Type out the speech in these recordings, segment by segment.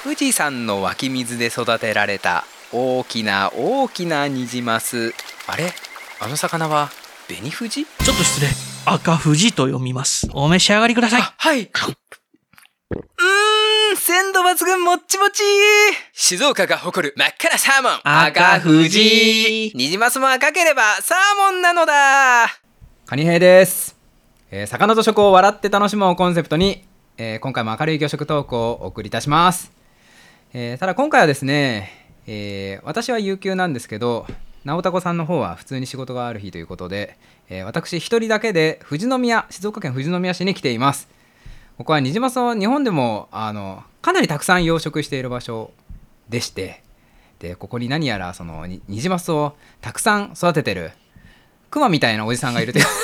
富士山の湧き水で育てられた大きな大きなニジマス。あれ、あの魚は紅富士？ ちょっと失礼。赤富士と読みます。お召し上がりください。 はい。鮮度抜群、もっちもち。静岡が誇る真っ赤なサーモン、 赤富士。 ニジマスも赤ければサーモンなのだ。カニ兵です。魚と食を笑って楽しもうをコンセプトに、今回も明るい魚食トークをお送りいたします。ただ今回はですね、私は有給なんですけど、直太子さんの方は普通に仕事がある日ということで、私一人だけで静岡県富士宮市に来ています。ここはニジマスを日本でもかなりたくさん養殖している場所でして、でここに何やらそのニジマスをたくさん育ててるクマみたいなおじさんがいるという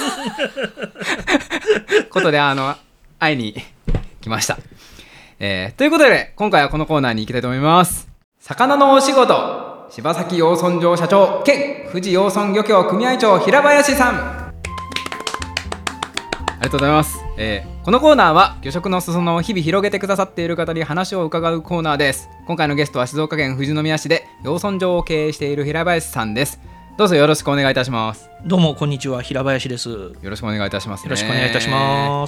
ことで会いに来ました。ということで今回はこのコーナーに行きたいと思います。魚のお仕事、柴崎養豚場社長兼富士養豚漁協組合長平林さん、ありがとうございます。このコーナーは魚食の裾野を日々広げてくださっている方に話を伺うコーナーです。今回のゲストは静岡県富士宮市で養豚場を経営している平林さんです。どうぞよろしくお願いいたします。 どうもこんにちは、平林です。 よろしくお願いいたしますね。 よろしくお願いいたします。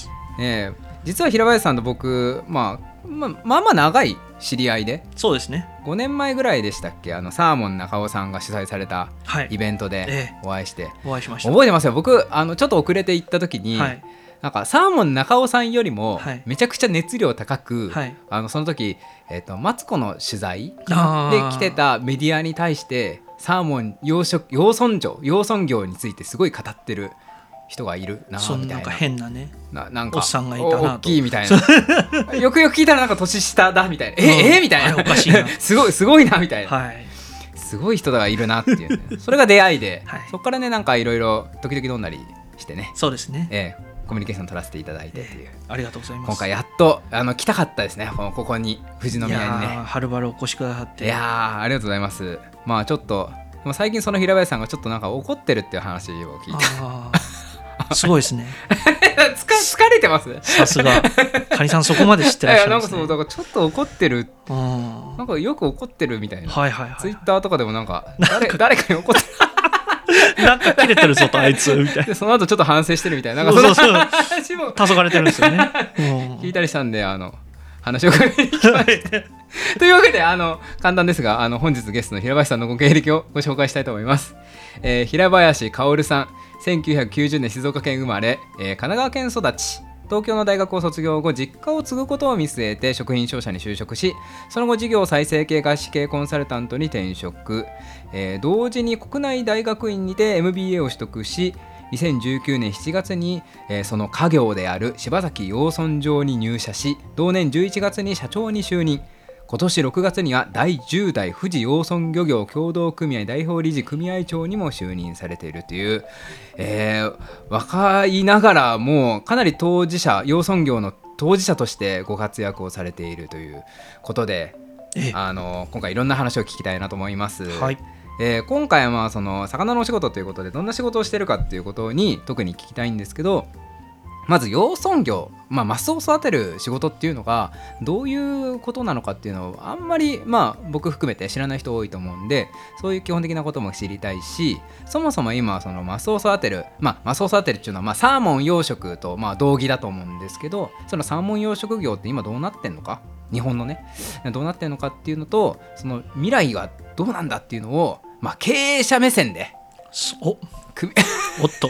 実は平林さんと僕、まあ長い知り合いで、 そうですね、 5年前ぐらいでしたっけ、サーモン中尾さんが主催されたイベントでお会いして、 お会いしました。 覚えてますよ。僕ちょっと遅れて行った時に、なんかサーモン中尾さんよりもめちゃくちゃ熱量高く、その時、マツコの取材で来てたメディアに対してサーモン養豚業についてすごい語ってる人がいるなみたいな。 なんか変なね、 なんかおっさんがいたなと、 大きいみたいなよくよく聞いたらなんか年下だみたいな、みたいな、 おかしいなすごいなみたいな、すごい人がいるなっていう、ね、それが出会いで、そこからねなんかいろいろ時々飲んだりしてね。 そうですね、 コミュニケーション取らせていただいてっていう、 ありがとうございます。 今回やっと来たかったですね、ここに富士宮にね。 はるばるお越しくださって、 いやありがとうございます。まあちょっと最近その平林さんがちょっとなんか怒ってるっていう話を聞いた。 すごいですね疲れてます。 さすがカニさん、そこまで知ってらっしゃるんですね。 なんかそう、だからちょっと怒ってる、なんかよく怒ってるみたいな、ツイッターとかでもなんか誰かに怒ってるなんか切れてるぞとあいつみたいな、 でその後ちょっと反省してるみたいな、なんかその話も黄昏れてるんですよね聞いたりしたんで話を伺いに来ましたというわけで簡単ですが本日ゲストの平林さんのご経歴をご紹介したいと思います。平林薫さん、1990年静岡県生まれ、神奈川県育ち、東京の大学を卒業後実家を継ぐことを見据えて食品商社に就職し、その後事業再生系外資系コンサルタントに転職、同時に国内大学院にて MBA を取得し、2019年7月に、その家業である柴崎養豚場に入社し、同年11月に社長に就任。今年6月には第10代富士養豚漁業協同組合代表理事組合長にも就任されているという、若いながらもうかなり養豚業の当事者としてご活躍をされているということで、今回いろんな話を聞きたいなと思います。今回はその魚のお仕事ということで、どんな仕事をしているかっていうことに特に聞きたいんですけど、まず養豚業、マスを育てる仕事っていうのがどういうことなのかっていうのをあんまり僕含めて知らない人多いと思うんで、そういう基本的なことも知りたいし、そもそも今そのマスを育てるっていうのはサーモン養殖と同義だと思うんですけど、そのサーモン養殖業って今どうなってんのか、日本のねどうなってんのかっていうのと、その未来はどうなんだっていうのを経営者目線でおっと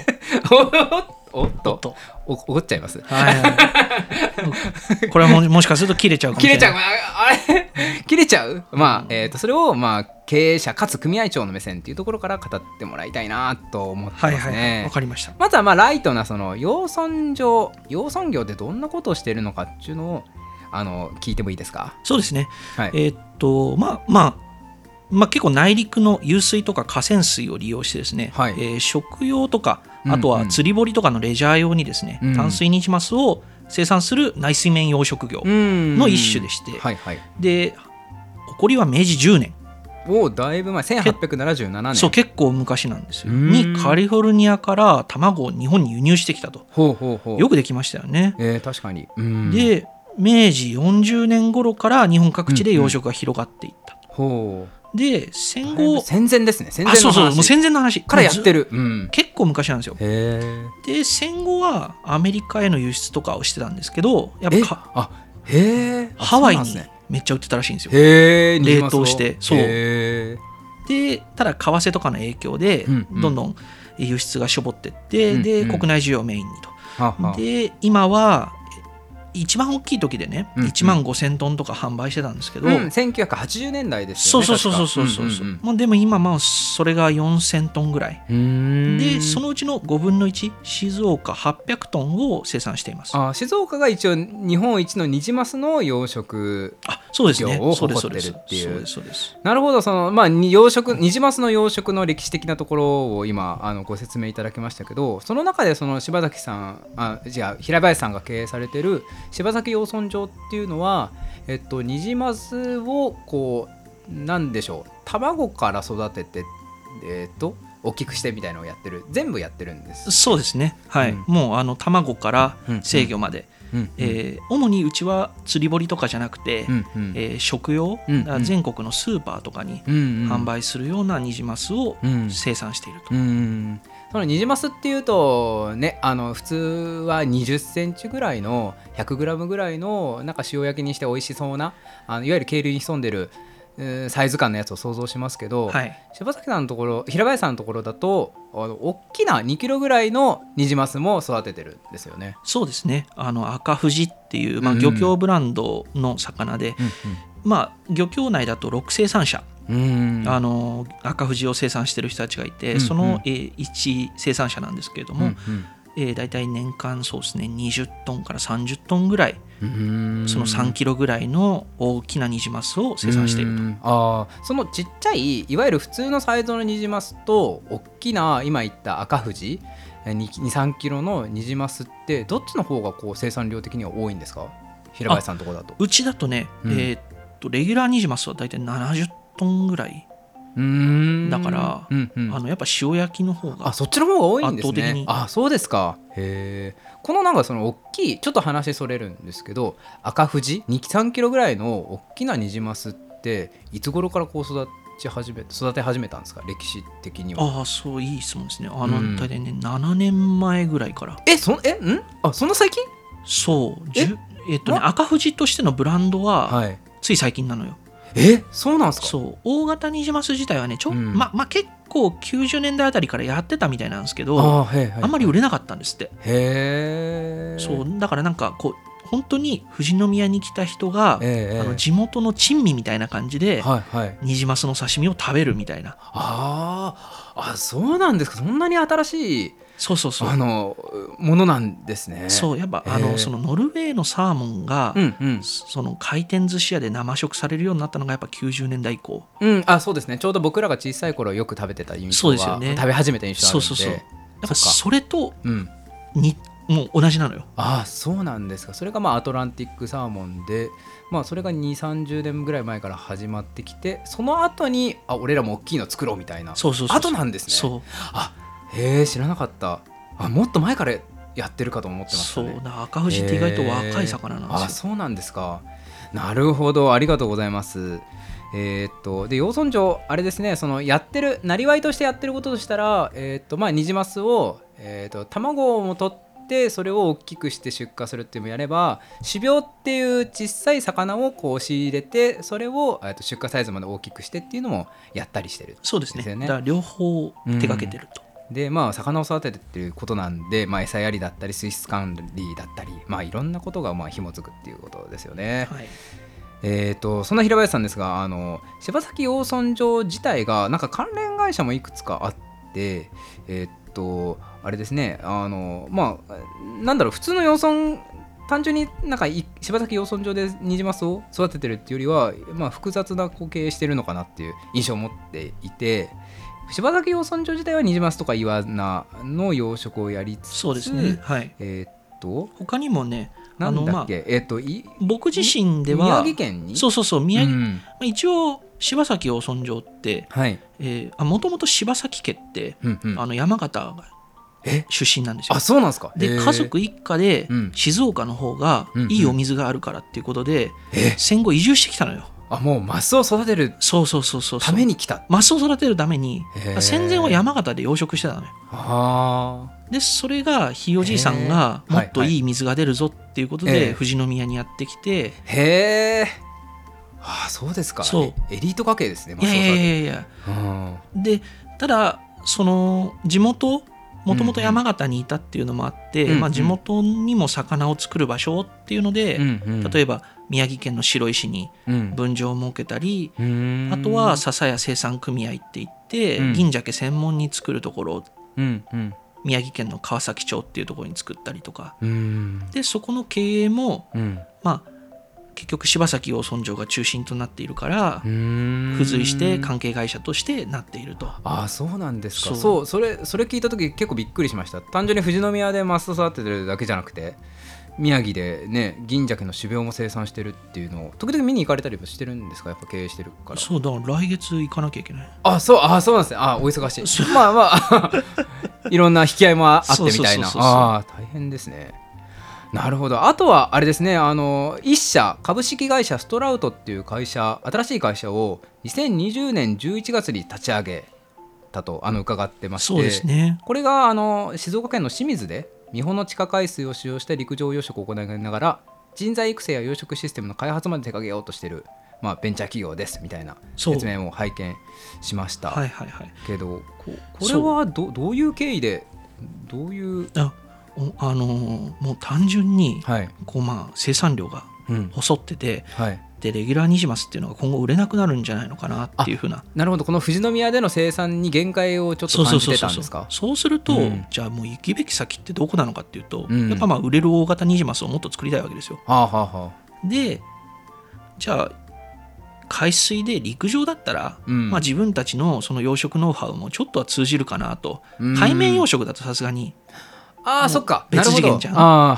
怒っちゃいます、 これはもしかすると切れちゃうかもしれない。 切れちゃう、それを経営者かつ組合長の目線っていうところから語ってもらいたいなと思ってますね。 わかりました。 まずはライトなその養豚業ってどんなことをしているのかっていうのを聞いてもいいですか？ そうですね、結構内陸の湧水とか河川水を利用してですね、食用とかあとは釣り堀とかのレジャー用にですね、淡水ニジマスを生産する内水面養殖業の一種でして、で起こりは明治10年、 だいぶ前、1877年。 そう、結構昔なんですよ。にカリフォルニアから卵を日本に輸入してきたと。よくできましたよね。 確かに。 で明治40年頃から日本各地で養殖が広がっていった、 ほう。 で戦後戦前ですね。戦前の話。 そうもう戦前の話からやってる、 結構昔なんですよ。 へで戦後はアメリカへの輸出とかをしてたんですけど、やっぱハワイにめっちゃ売ってたらしいんですよ。冷凍して。そうでただ為替とかの影響でどんどん輸出がしょぼってって、で国内需要をメインにと。で今は一番大きい時でね、1万5000トンとか販売してたんですけど、 1980年代ですよね。 そうでも今それが4000トンぐらいで、そのうちの5分の1、静岡800トンを生産しています。 静岡が一応日本一のニジマスの養殖業を誇ってるっていう。なるほど。ニジマスの養殖の歴史的なところを今ご説明いただきましたけど、その中で柴崎さん平林さんが経営されてる柴崎養豚場っていうのは、ニジマスをなんでしょう、卵から育てて、大きくしてみたいなのを全部やってるんです。 そうですね、はい、もう卵から制御まで、主にうちは釣り堀とかじゃなくて、食用、全国のスーパーとかに販売するようなニジマスを生産していると。 そのニジマスっていうとね、普通は20センチぐらいの100グラムぐらいのなんか塩焼きにして美味しそうな、いわゆる渓流に潜んでるサイズ感のやつを想像しますけど、柴崎さんのところ、平林さんのところだと大きな2キロぐらいのニジマスも育ててるんですよね。 そうですね、赤富士っていう、漁協ブランドの魚で、漁協内だと6生産者、赤富士を生産してる人たちがいて、その1生産者なんですけれども、だいたい年間そうですね20トンから30トンぐらい、その3キロぐらいの大きなニジマスを生産していると。 そのちっちゃいいわゆる普通のサイズのニジマスと大きな今言った赤富士 2,3 キロのニジマスって、どっちの方が生産量的には多いんですか、平林さんのところだと。 うちだとね、レギュラーニジマスはだいたい70トンぐらいだから、やっぱ塩焼きの方がそっちの方が多いんですね。 圧倒的に。 そうですか。へえ。このなんかその大きい、ちょっと話それるんですけど、赤富士 2,3 キロぐらいの大きなニジマスっていつ頃から育て始めたんですか、歴史的には。 そう、いい質問ですね。大体ね7年前ぐらいから。 そんな最近？ そう赤富士としてのブランドは、つい最近なのよ。 そうなんですか。 そう、大型ニジマス自体はね結構90年代あたりからやってたみたいなんですけど、あんまり売れなかったんですって。そうだからなんか本当に富士宮に来た人が、地元の珍味みたいな感じで、ニジマスの刺身を食べるみたいな。 そうなんですか。そんなに新しいものなんですね。 そうやっぱそのノルウェーのサーモンが、その回転寿司屋で生食されるようになったのがやっぱ90年代以降。 そうですね。ちょうど僕らが小さい頃よく食べてた印象が、 そうですよね、 食べ始めた印象あるんで。 やっぱそれともう同じなのよ。 そうなんですか。それがアトランティックサーモンで、それが2、30年ぐらい前から始まってきて、その後に俺らも大きいの作ろうみたいな後なんですね。知らなかった。もっと前からやってるかと思ってましたね。 そうだ、赤富士って意外と若い魚なんですよ。 そうなんですか。なるほど、ありがとうございます。で養豚場あれですね、そのやってるなりわいとしてやってることとしたら、ニジマスを、卵を取ってそれを大きくして出荷するっていうのもやれば、種苗っていう小さい魚を仕入れてそれを出荷サイズまで大きくしてっていうのもやったりしてるんですよね。 そうですね。だから両方手掛けてると。 で魚を育ててっていうことなんで、餌やりだったり水質管理だったり、いろんなことが紐づくっていうことですよね。そんな平林さんですが、柴崎養豚場自体がなんか関連会社もいくつかあって、あれですね、なんだろう、普通の養豚単純になんか柴崎養豚場でニジマスを育ててるっていうよりは、複雑な経営してるのかなっていう印象を持っていて、柴崎養豚場自体はニジマスとかイワナの養殖をやりつつ、 そうですね、他にもね、 なんだっけ、 僕自身では宮城県に宮城、一応柴崎養豚場ってもともと柴崎家って、山形が出身なんですよ。 あ、そうなんですか。 で家族一家でうん静岡の方がいいお水があるからっていうことで、 え戦後移住してきたのよ。 あ、もうマスを育てるそうために来た。 マスを育てるためにへー戦前は山形で養殖してたのよ。 あでそれがひいおじいさんがへーもっといい水が出るぞっていうことはいはいで富士宮にやってきて、 ーへえ。あ、そうですか。 そうエリート家系ですね。 いやいやいややいやうんでただその地元もともと山形にいたっていうのもあって、 うんうんまあ、地元にも魚を作る場所っていうので、例えば宮城県の白石に分場を設けたり、あとは笹屋生産組合って言って銀鮭専門に作るところを宮城県の川崎町っていうところに作ったりとかで、そこの経営もまあ結局柴崎養豚場が中心となっているから付随して関係会社としてなっていると。 ああ、そうなんですか。それ聞いた時結構びっくりしました。単純に富士宮でマス育ててるだけじゃなくて宮城でね銀鮭の種苗も生産してるっていうのを時々見に行かれたりもしてるんですか。やっぱ経営してるから。 そうだから来月行かなきゃいけない。 そうなんですね。お忙しい。まあいろんな引き合いもあってみたいな。大変ですね。なるほど。あとはあれですね、一社株式会社ストラウトっていう会社、新しい会社を2020年11月に立ち上げたと伺ってまして、 そうですね、 これが静岡県の清水で三保の地下海水を使用して陸上養殖を行いながら人材育成や養殖システムの開発まで手掛けようとしている、ベンチャー企業ですみたいな説明を拝見しました。けどこれはどういう経緯でどういうもう単純にこう生産量が細ってて、でレギュラーニジマスっていうのが今後売れなくなるんじゃないのかなっていうふうな。 なるほど。この富士宮での生産に限界をちょっと感じてたんですか。 そうすると、じゃあもう行くべき先ってどこなのかっていうと、やっぱ売れる大型ニジマスをもっと作りたいわけですよ。でじゃあ海水で陸上だったら、自分たちのその養殖ノウハウもちょっとは通じるかなと。海面養殖だとさすがにそっか、 別次元じゃん。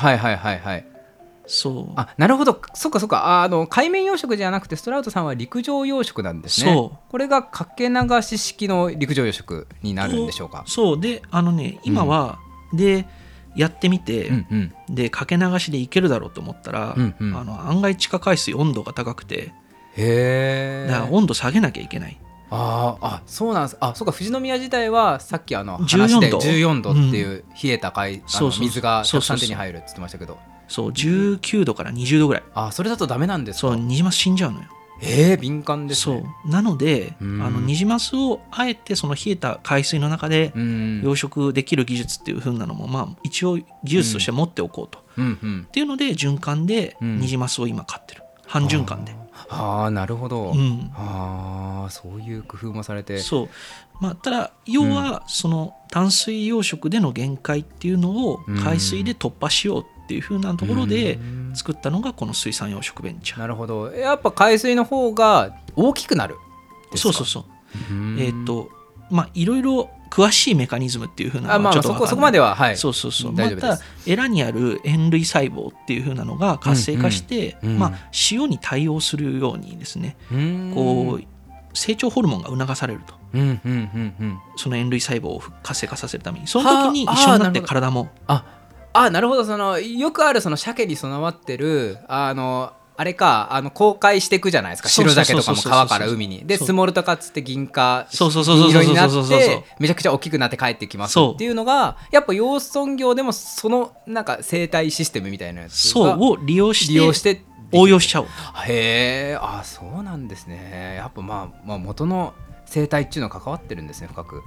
なるほど。そっか海面養殖じゃなくてストラウトさんは陸上養殖なんですね。これがかけ流し式の陸上養殖になるんでしょうか。 そうで今は、でやってみて、でかけ流しでいけるだろうと思ったら、案外地下海水温度が高くて、だから温度下げなきゃいけない。そうなんです。そうか。富士宮自体はさっき話で14度っていう冷えた水がたくさん手に入るって言ってましたけど、そう19度から20度ぐらい。 それだとダメなんですか。 そう、ニジマス死んじゃうのよ。 敏感ですね。 そうなのでニジマスをあえてその冷えた海水の中で養殖できる技術っていう風なのも一応技術として持っておこうと、っていうので循環でニジマスを今飼ってる。半循環で。 なるほど。そういう工夫もされて。 ただ要はその淡水養殖での限界っていうのを海水で突破しようっていう風なところで作ったのがこの水産養殖ベンチャー。 なるほど。やっぱ海水の方が大きくなるですか。 そういろいろ詳しいメカニズムっていう風なのはちょっと分かんない。 そこまでは大丈夫です。エラにある塩類細胞っていう風なのが活性化して、塩に対応するようにですね、こう成長ホルモンが促されると、その塩類細胞を活性化させるために、その時に一緒になって体もなるほど。よくある鮭に備わってるあれか公開していくじゃないですか。白鮭とかも川から海にでスモールとかつって銀色になってめちゃくちゃ大きくなって帰ってきますっていうのがやっぱ養豚業でもそのなんか生態システムみたいなやつを利用して応用しちゃおう。 そうなんですね。やっぱ元の生態っていうのは関わってるんですね、深く。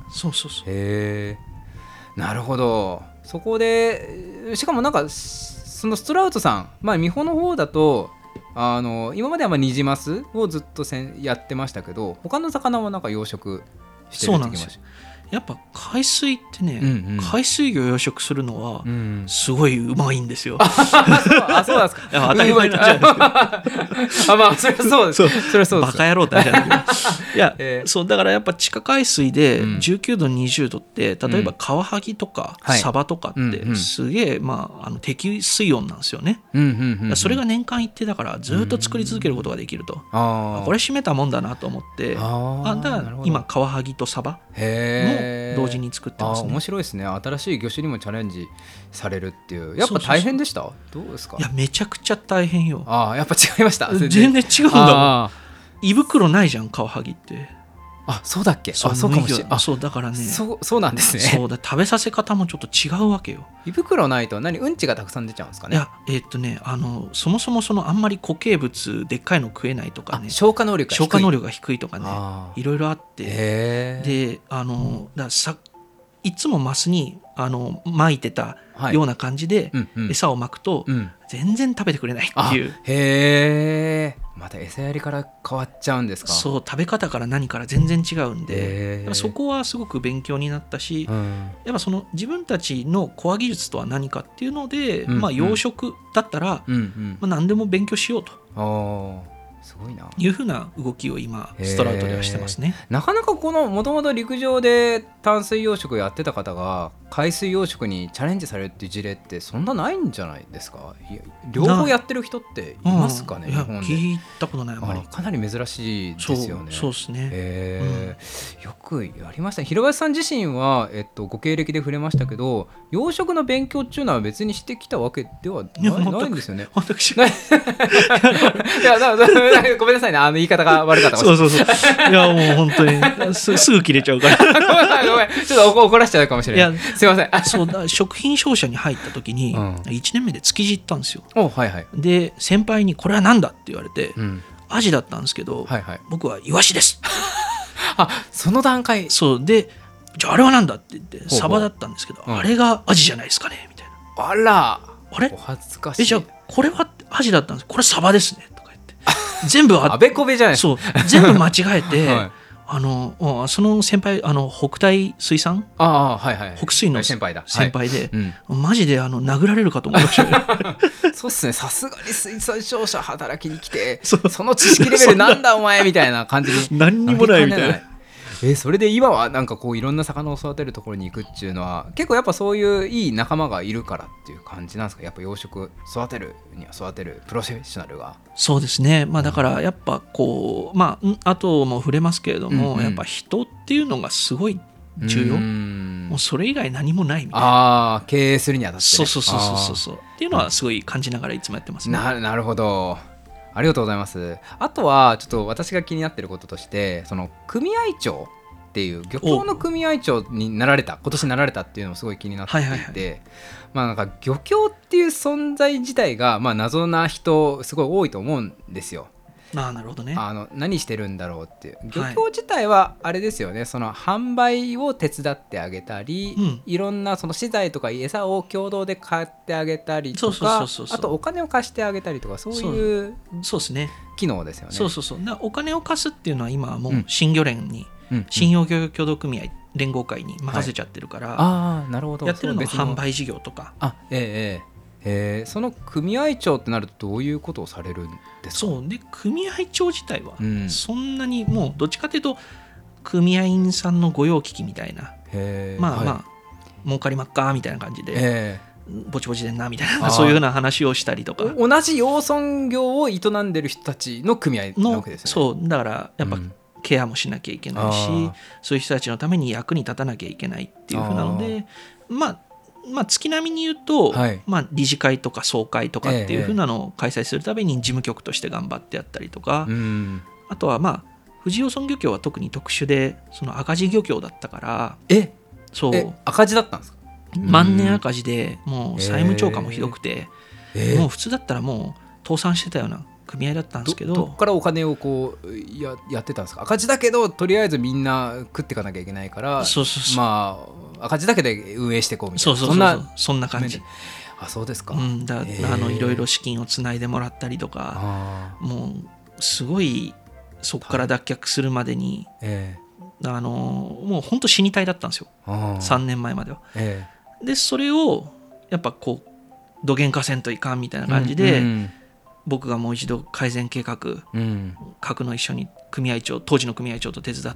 なるほど。そこでしかもなんかそのストラウトさん、三保の方だと今まではニジマスをずっとやってましたけど、他の魚はなんか養殖してるって聞きました。 やっぱ海水ってね、海水魚養殖するのはすごいうまいんですよ。 そうなんですか。 当たり前になっちゃうんですけど。 それはそうです。それはそうです。 バカ野郎ってなっちゃうんだけど。そうだからやっぱ地下海水で19度20度って例えばカワハギとかサバとかってすげえ適水温なんですよね。それが年間一定だからずっと作り続けることができると。これ締めたもんだなと思って。だから今カワハギとサバもも同時に作ってますね。 面白いですね。新しい魚種にもチャレンジされるっていう。やっぱ大変でした？どうですか？ いやめちゃくちゃ大変よ。 やっぱ違いました。 全然違うんだもん。胃袋ないじゃんカワハギって。 そうだっけ？そうかもしれない。 そうだからね。 そうなんですね。 そうだ、食べさせ方もちょっと違うわけよ。 胃袋ないとうんちがたくさん出ちゃうんですかね？ いやそもそもあんまり固形物でっかいの食えないとかね、 消化能力が低いとかね、いろいろあって、でいつもマスに巻いてたような感じで餌を巻くと全然食べてくれないっていう。 へー、また餌やりから変わっちゃうんですか？ そう、食べ方から何から全然違うんで、そこはすごく勉強になったし、やっぱその自分たちのコア技術とは何かっていうので、養殖だったら何でも勉強しようと。 すごいな。 いうふうな動きを今ストラウトではしてますね。 なかなかこのもともと陸上で淡水養殖をやってた方が海水養殖にチャレンジされるっていう事例ってそんなないんじゃないですか？両方やってる人っていますかね？日本で聞いたことない。あまりかなり珍しいですよね。 そうですね。 よくやりましたね。平林さん自身は、ご経歴で触れましたけど、養殖の勉強っていうのは別にしてきたわけではないんですよね。 私いやごめんなさいね、言い方が悪かった。 そういやもう本当にすぐ切れちゃうからごめんちょっと怒らしちゃうかもしれない。すいません。 そうだ、食品商社に入った時に1年目で築地行ったんですよ。で先輩にこれは何だって言われて、アジだったんですけど、僕はイワシですその段階。 そうで、じゃああれは何だって言ってサバだったんですけど、あれがアジじゃないですかねみたいな。 あれお恥ずかしい。 じゃあこれはアジだったんです、これサバですねとか言って全部あべこべじゃないですか。 そう全部間違えてその先輩北大水産、北水の先輩で、マジで殴られるかと思いましたねそうっすね。さすがに水産商社働きに来てその知識レベルなんだお前みたいな感じに何にもないみたいな。 それで今はなんかこういろんな魚を育てるところに行くっていうのは結構やっぱそういういい仲間がいるからっていう感じなんですか？やっぱ養殖育てるには育てるプロフェッショナルが。 そうですね。だからやっぱこうあとも触れますけれども、やっぱ人っていうのがすごい重要。もうそれ以外何もないみたいな。 経営するにあたってね。 そうっていうのはすごい感じながらいつもやってますね。 なるほど。ありがとうございます。あとはちょっと私が気になっていることとして、その組合長っていう漁協の組合長になられた、今年なられたっていうのもすごい気になっていて、なんか漁協っていう存在自体が謎な人すごい多いと思うんですよ。 なるほどね。 何してるんだろうっていう。漁協自体はあれですよね、その販売を手伝ってあげたり、いろんなその資材とか餌を共同で買ってあげたりとか、あとお金を貸してあげたりとか、そういう機能ですよね。 お金を貸すっていうのは今はもう新漁連に、信用協同組合連合会に任せちゃってるから、やってるのは販売事業とか。 その組合長ってなるとどういうことをされるんですか？ そうで、組合長自体はそんなにもうどっちかというと組合員さんの御用聞きみたいな、儲かりまっかみたいな感じで、ぼちぼちでんなみたいな、そういうような話をしたりとか。 同じ養豚業を営んでる人たちの組合なわけですね。 そうだからやっぱケアもしなきゃいけないし、そういう人たちのために役に立たなきゃいけないっていうふうなので、月並みに言うと、理事会とか総会とかっていう風なのを開催するために事務局として頑張ってやったりとか、あとは富士養豚漁協は特に特殊でその赤字漁協だったから。 赤字だったんですか？ 万年赤字でもう債務超過もひどくて、もう普通だったらもう倒産してたような組合だったんですけど、 どっからお金をこう やってたんですか？赤字だけどとりあえずみんな食っていかなきゃいけないから、赤字だけで運営していこうみたいな、 そんな感じ。 そうですか。 いろいろ資金をつないでもらったりとか、もうすごいそこから脱却するまでに、もう本当死に体だったんですよ、3年前までは。でそれをやっぱこうどげんかせんといかんみたいな感じで、僕がもう一度改善計画書くの一緒に当時の組合長と手伝って、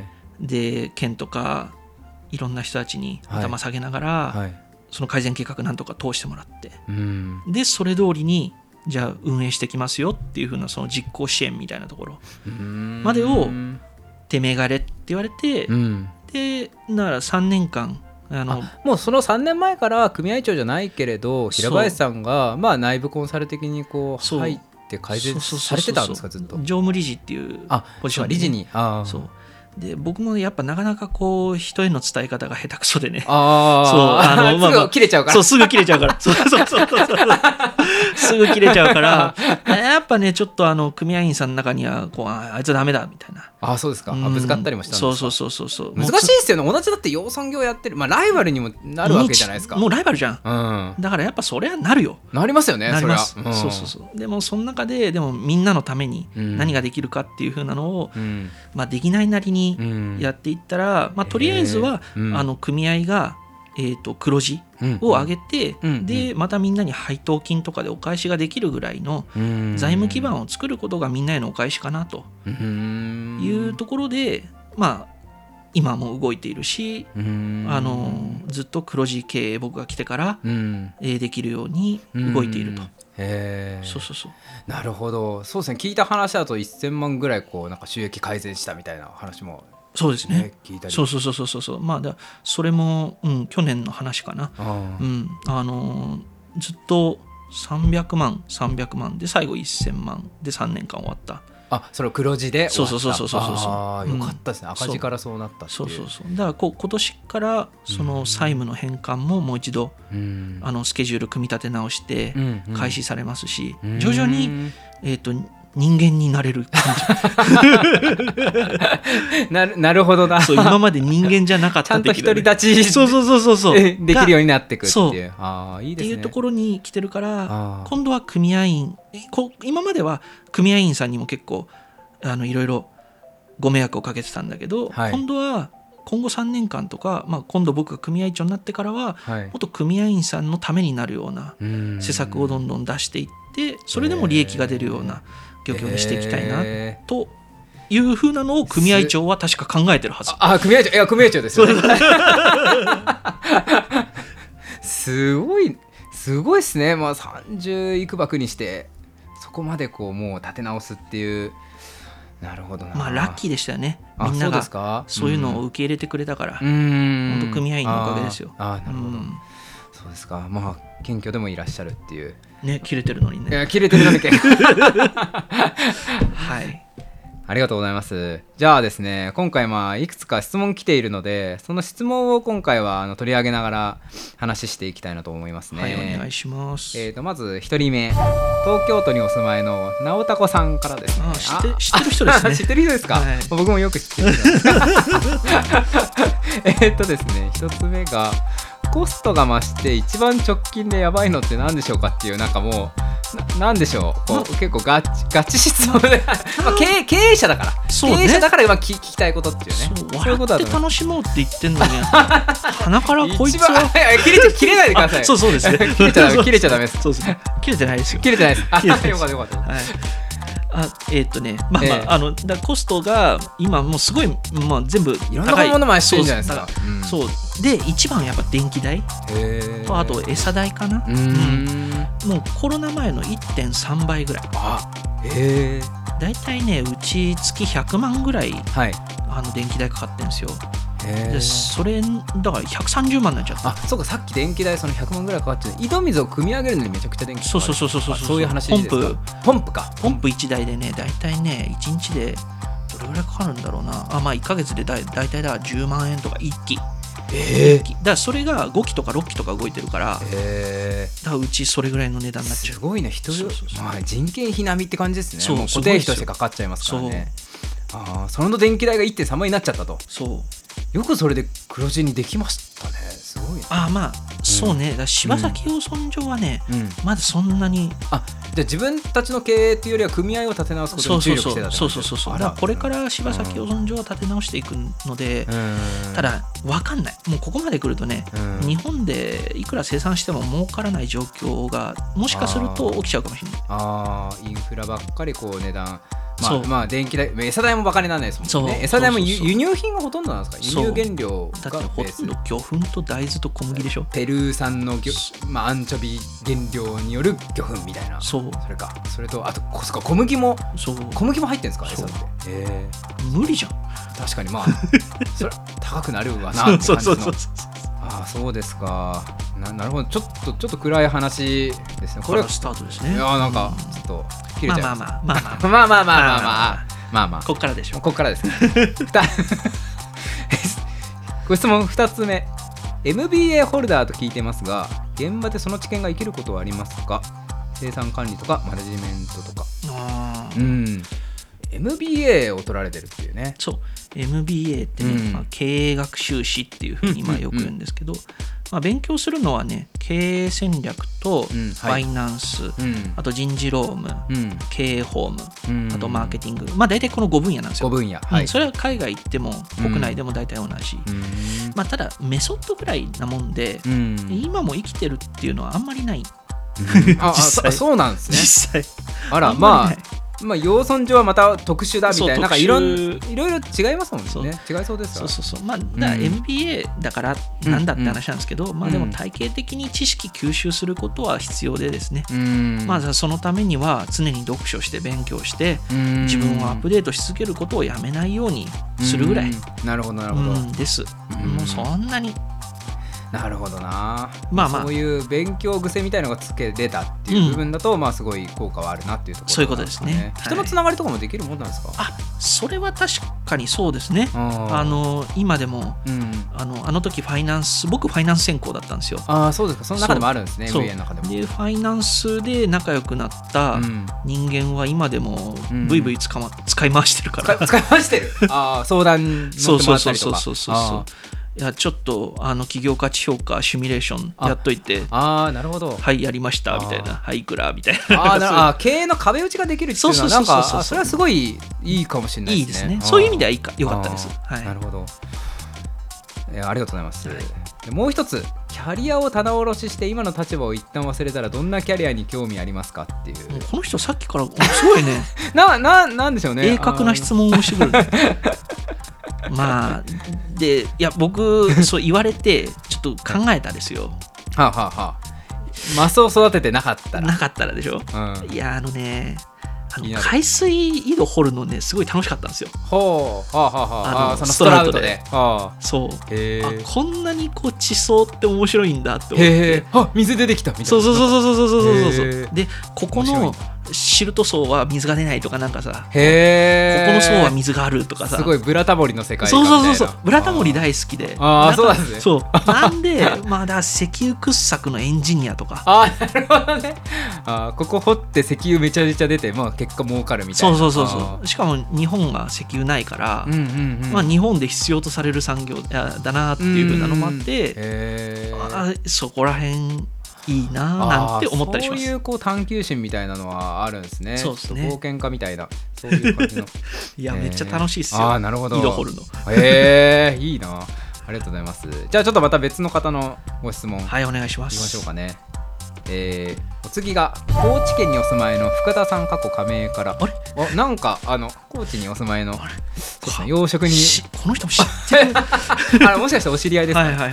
で県とかいろんな人たちに頭下げながら、その改善計画なんとか通してもらって、でそれ通りにじゃあ運営してきますよっていう風なその実行支援みたいなところまでをてめえがれって言われて、 でだから3年間もうその3年前から組合長じゃないけれど平林さんがまあ内部コンサル的にこう入って改善されてたんですか？ずっと常務理事っていうポジションで、 理事にそうで僕もやっぱなかなかこう人への伝え方が下手くそでね、 すぐ切れちゃうから、 すぐ切れちゃうからそうすぐ切れちゃうからやっぱねちょっと組合員さんの中にはこうあいつはダメだみたいな。 そうですか。ぶつかったりもしたんですか？ そう難しいですよね。同じだって養蚕業やってる、まあライバルにもなるわけじゃないですか。 もうライバルじゃん、だからやっぱそれはなるよ。 なりますよね。 なります。そうでもその中ででもみんなのために何ができるかっていう風なのを、まあできないなりにやっていったら、まあとりあえずは組合が黒字を上げて、でまたみんなに配当金とかでお返しができるぐらいの財務基盤を作ることがみんなへのお返しかなというところで、まあ今も動いているし、ずっと黒字経営僕が来てからできるように動いていると。そうなるほど。そうですね。聞いた話だと1000万ぐらいこうなんか収益改善したみたいな話もそうですね。 聞いたり。 そうまあそれも、去年の話かな。ずっと300万で最後1000万で3年間終わった。 それ黒字で終わった。 そうよかったですね。赤字からそうなったっていう。 そうだから今年からその債務の返還ももう一度スケジュール組み立て直して開始されますし、徐々に人間になれる感じなるほどな。 そう今まで人間じゃなかった的な、ね、ちゃんと独り立ちそうできるようになっていくっていう。いいですね。 っていうところに来てるから今度は組合員今までは組合員さんにも結構いろいろご迷惑をかけてたんだけど、今度は今後3年間とか、今度僕が組合長になってからは、もっと組合員さんのためになるような施策をどんどん出していってそれでも利益が出るような漁業にしていきたいなというふうなのを組合長は確か考えてるはず。 組合長ですよね。すごいですね。30いくばくにしてそこまでこうもう立て直すっていう。なるほどな。 ラッキーでしたよね。みんながそういうのを受け入れてくれたから、本当組合員のおかげですよ。 なるほど。そうですか。謙虚でもいらっしゃるっていうね。切れてるのにね。 切れてるのにはい。 ありがとうございます。じゃあですね、今回いくつか質問来ているので、その質問を今回は取り上げながら話していきたいなと思いますね。 はい、お願いします。 まず1人目、東京都にお住まいの直太子さんからですね。 知ってる人ですね。 知ってる人ですか？はい、僕もよく知ってる人ですね、1つ目がコストが増して一番直近でやばいのって何でしょうかっていう、なんかもうなんでしょう、結構ガチ質問で経営者だから、経営者だから聞きたいことっていうね。 笑って楽しもうって言ってんのに鼻からこいつは切れないでください。 そうですね。 切れちゃダメです。 そうですね。切れてないですよ。 切れてないです。よかった。 コストが今もうすごい、全部いろんなもの増してるんじゃないですか。 そうで一番やっぱ電気代とあと餌代かな。もうコロナ前の 1.3 倍ぐらい。だいたいねうち月100万ぐらい電気代かかってるんですよ。でそれだから130万になっちゃった。 そうか、さっき電気代その100万ぐらいかかっちゃう。井戸水を汲み上げるのにめちゃくちゃ電気かかる。そういう話ですか。ポンプ 1台でねだいたいね1日でどれぐらいかかるんだろうな。1ヶ月でだいたいだから10万円とか1機。だからそれが5機とか6機とか動いてるから、だからうちそれぐらいの値段になっちゃう。 すごいね。人件費並みって感じですね。もう固定費としてかかっちゃいますからね。その電気代が 1.3 倍になっちゃったと。よくそれで黒字にできましたね。すごい。 そうね。だ柴崎養豚場はね、まだそんなに。 じゃあ自分たちの経営というよりは組合を立て直すことに注力してた。 そう。だからこれから柴崎養豚場は立て直していくので、ただ分かんない。もうここまで来るとね、日本でいくら生産しても儲からない状況がもしかすると起きちゃうかもしれない。 インフラばっかりこう値段。電気代、餌代もバカにならないですもんね。餌代も輸入品がほとんどなんですか？輸入原料がだってほとんど魚粉と大豆と小麦でしょ。 ペルー産のアンチョビ原料による魚粉みたいな。それとあと小麦も入ってるんですか？餌って。 無理じゃん。 確かにまあそれ高くなるわなって感じのそうですか。なるほど。ちょっと暗い話ですね。 これスタートですね。 いやなんかちょっと切れちゃいます。まあこっからでしょ。 こっからですね。ご質問2つ目。MBA ホルダーと聞いてますが、現場でその知見が生きることはありますか？生産管理とかマネジメントとか。MBA を取られてるっていうね。 そう MBA ってね、経営学修士っていうふうによく言うんですけど、勉強するのはね、経営戦略とファイナンス、あと人事労務、経営法務、あとマーケティング、大体この5分野なんですよ。 5分野、 それは海外行っても国内でも大体同じ、ただメソッドぐらいなもんで、今も生きてるっていうのはあんまりない。 そうなんですね。 実際あら、養豚場はまた特殊だみたいな、なんかいろいろ違いますもんね。違いそうですよ。 だから MBA だからなんだって話なんですけど、でも体系的に知識吸収することは必要でですね、そのためには常に読書して勉強して自分をアップデートし続けることをやめないようにするぐらい。 なるほどなるほど。 です。もうそんなに。 なるほどな。そういう勉強癖みたいのがつけれたっていう部分だと、すごい効果はあるなっていうところ、 そういうことですね。 人のつながりとかもできるもんなんですか？ それは確かにそうですね。今でも、あの時僕ファイナンス専攻だったんですよ。 そうですか。その中でもあるんですね。MBA の中でも。 でファイナンスで仲良くなった人間は今でもブイブイ使い回してるから。 使い回してる。相談乗ってもらったりとか。 そういやちょっと企業価値評価シミュレーションやっといて、 なるほど。 はいやりましたみたいな、はいいくらみたいな。 経営の壁打ちができるっていうのはなんかそれはすごいいいかもしれないですね。 いいですね。そういう意味では良かったです。 なるほど。ありがとうございます。もう一つ、キャリアを棚卸しして今の立場を一旦忘れたらどんなキャリアに興味ありますかっていう。 この人さっきからすごいね。 なんでしょうね。 鋭角な質問をしてくる。でいや僕そう言われてちょっと考えたですよ。 マスを育ててなかったらでしょ。いや海水井戸掘るのねすごい楽しかったんですよ。 そのストラウトで。 そうこんなに地層って面白いんだって思って。 水出てきたみたいな。 そうでここのシルト層は水が出ないとかなんかさ、ここの層は水があるとかさ、 すごいブラタモリの世界観みたいな。 そうブラタモリ大好きで。 そうなんですね。 なんでだ石油掘削のエンジニアとか。 なるほどね。ここ掘って石油めちゃめちゃ出て、結果儲かるみたいな。 そうしかも日本が石油ないから、日本で必要とされる産業だなっていう風なのもあって、そこら辺いいななんて思ったりします。 そういう探求心みたいなのはあるんですね。 そうですね。 冒険家みたいなそういう感じの。 いやめっちゃ楽しいっすよ。 なるほど。 井戸掘るの。 いいな。ありがとうございます。じゃあちょっとまた別の方のご質問。 はいお願いします。 いきましょうかね。お次が高知県にお住まいの深田さん過去加盟から。なんか高知にお住まいの養殖にこの人も知ってる。 もしかしてお知り合いですか？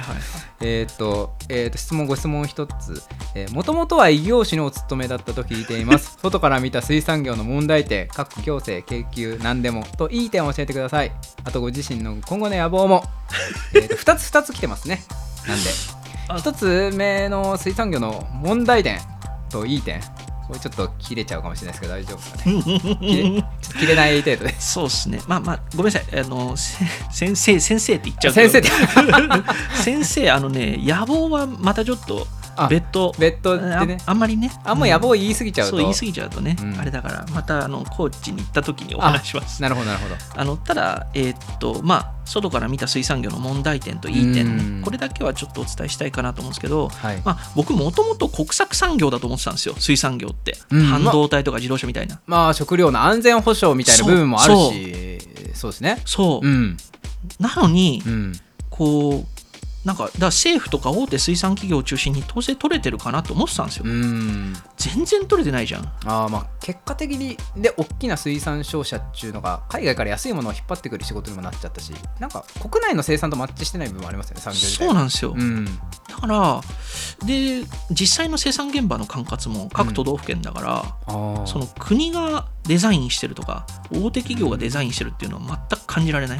ご質問一つ。もともとは異業種のお勤めだったと聞いています。外から見た水産業の問題点、各行政、研究、何でもといい点を教えてください。あとご自身の今後の野望も。2つ来てますね。なんで1つ目の水産業の問題点といい点、これちょっと切れちゃうかもしれないですけど大丈夫ですかね。切れない程度で。 そうですね。ごめんなさい。先生って言っちゃうけど。先生野望はまたちょっと別途でね。あんまりね。 もう野望言い過ぎちゃうと。 言い過ぎちゃうとね。あれだからまた高知に行った時にお話します。 なるほど。 ただ外から見た水産業の問題点といい点、これだけはちょっとお伝えしたいかなと思うんですけど、僕もともと国策産業だと思ってたんですよ。水産業って半導体とか自動車みたいな。 食料の安全保障みたいな部分もあるし、そうですね。 なのになんか政府とか大手水産企業を中心に統制取れてるかなと思ってたんですよ。全然取れてないじゃん。 結果的に大きな水産商社っていうのが海外から安いものを引っ張ってくる仕事にもなっちゃったし、なんか国内の生産とマッチしてない部分もありますよね、産業自体。 そうなんですよ。だから実際の生産現場の管轄も各都道府県だから、その国がデザインしてるとか大手企業がデザインしてるっていうのは全く感じられない。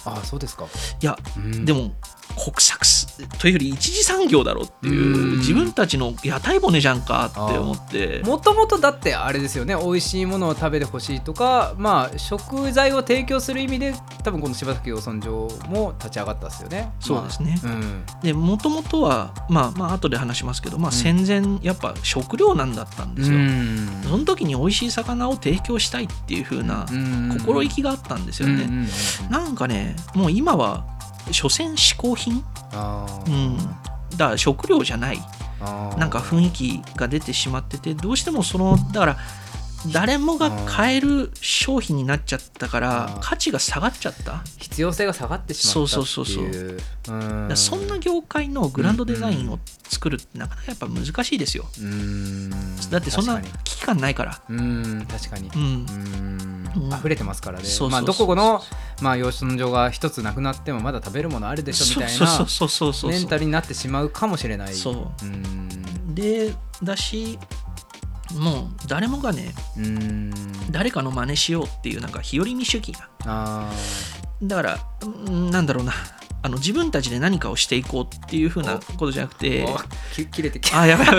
ああそうですか。 いや、でも国策というより一次産業だろっていう、自分たちの屋台骨じゃんかって思って。 もともとだってあれですよね、美味しいものを食べてほしいとか、まあ食材を提供する意味で多分この柴崎養豚場も立ち上がったんですよね。 そうですね、でもともとはまあ後で話しますけど、戦前やっぱ食料難だったんですよ。その時に美味しい魚を提供したいっていう風な心意気があったんですよね。なんかね、もう今は所詮嗜好品、だから食料じゃないなんか雰囲気が出てしまってて、どうしてもだから誰もが買える商品になっちゃったから価値が下がっちゃった、必要性が下がってしまったっていう。 そんな業界のグランドデザインを作るってなかなかやっぱ難しいですよ。だってそんな危機感ないから。 確かに、溢れてますからね。どこの、養豚場が一つなくなってもまだ食べるものあるでしょみたいなメンタルになってしまうかもしれない。 でだし、もう誰もがね、誰かの真似しようっていうなんか日和見主義な、だからなんだろうな、自分たちで何かをしていこうっていう風なことじゃなくて、 切れてきた。やばい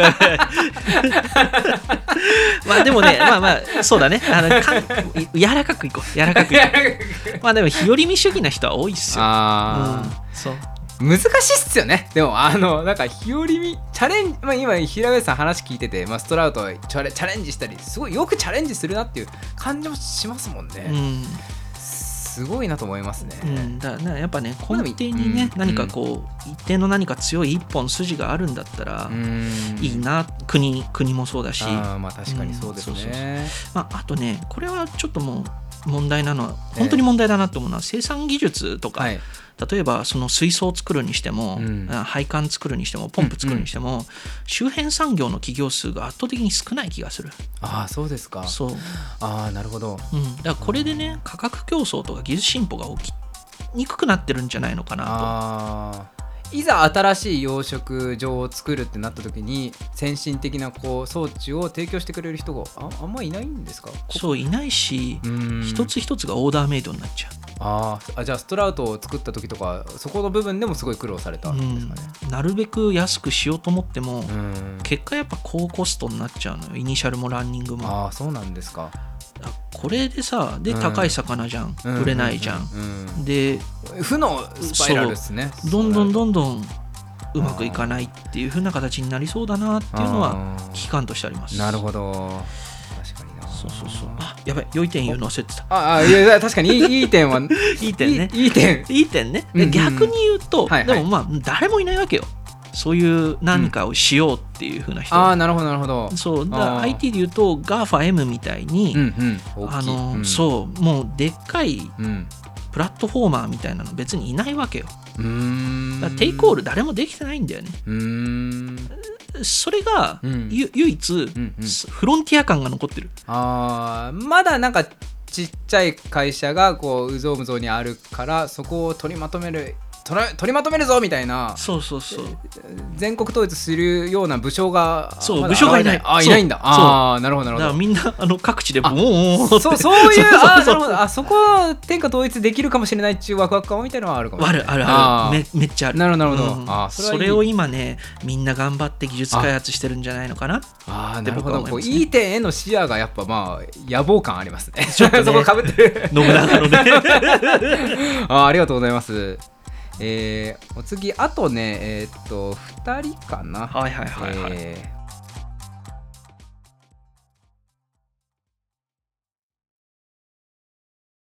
でもね、そうだね、柔らかくいこう、柔らかくいこう。でも日和見主義な人は多いっすよ。そう難しいっすよね。でもなんか日和見チャレンジ、今平林さん話聞いてて、ストラウトチャレンジしたりすごいよくチャレンジするなっていう感じもしますもんね。すごいなと思いますね。 だからやっぱね、根底にね、何かこう一定の何か強い一本筋があるんだったらいいな。国もそうだし。 確かにそうですね。 あとね、これはちょっともう問題なのは、本当に問題だなと思うのは、生産技術とか、例えばその水槽を作るにしても、配管作るにしても、ポンプ作るにしても、周辺産業の企業数が圧倒的に少ない気がする。 そうですか。なるほど。 だからこれでね、価格競争とか技術進歩が起きにくくなってるんじゃないのかなと。 いざ新しい養殖場を作るってなった時に先進的な装置を提供してくれる人があんまいないんですか？ そういないし、一つ一つがオーダーメイドになっちゃう。じゃあストラウトを作った時とかそこの部分でもすごい苦労されたんですかね。 なるべく安くしようと思っても、結果やっぱ高コストになっちゃうのよ。イニシャルもランニングも。 そうなんですか。 これでさ、高い魚じゃん、売れないじゃん、で負のスパイラルですね。 どんどんうまくいかないっていう風な形になりそうだなっていうのは危機感としてあります。 なるほど、確かにな。 そうやばい、良い点言うの忘れてた。いや確かにいい点はいい点ね、 いい点ね。逆に言うと、でも誰もいないわけよ、そういう何かをしようっていう風な人。 なるほどなるほど。 そうだ、IT で言うと GAFAM みたいに、そうもうでっかいプラットフォーマーみたいなの別にいないわけよ。だテイクオール誰もできてないんだよね。それが、唯一、フロンティア感が残ってる。 まだなんかちっちゃい会社がうぞうむぞうにあるから、そこを取りまとめるぞみたいな。 そう全国統一するような部署が部署がいない。 いないんだ。なるほどなるほど。 だからみんな各地でそういうなるほど。そこは天下統一できるかもしれないっていうワクワク感みたいなのはあるかもしれない。 あるめっちゃある。 なるほど。 それを今ね、みんな頑張って技術開発してるんじゃないのかなって僕は思いますね。 いい点への視野がやっぱ野望感ありますね。そこかぶってる信長のね。 ありがとうございます。お次あとね2人かな。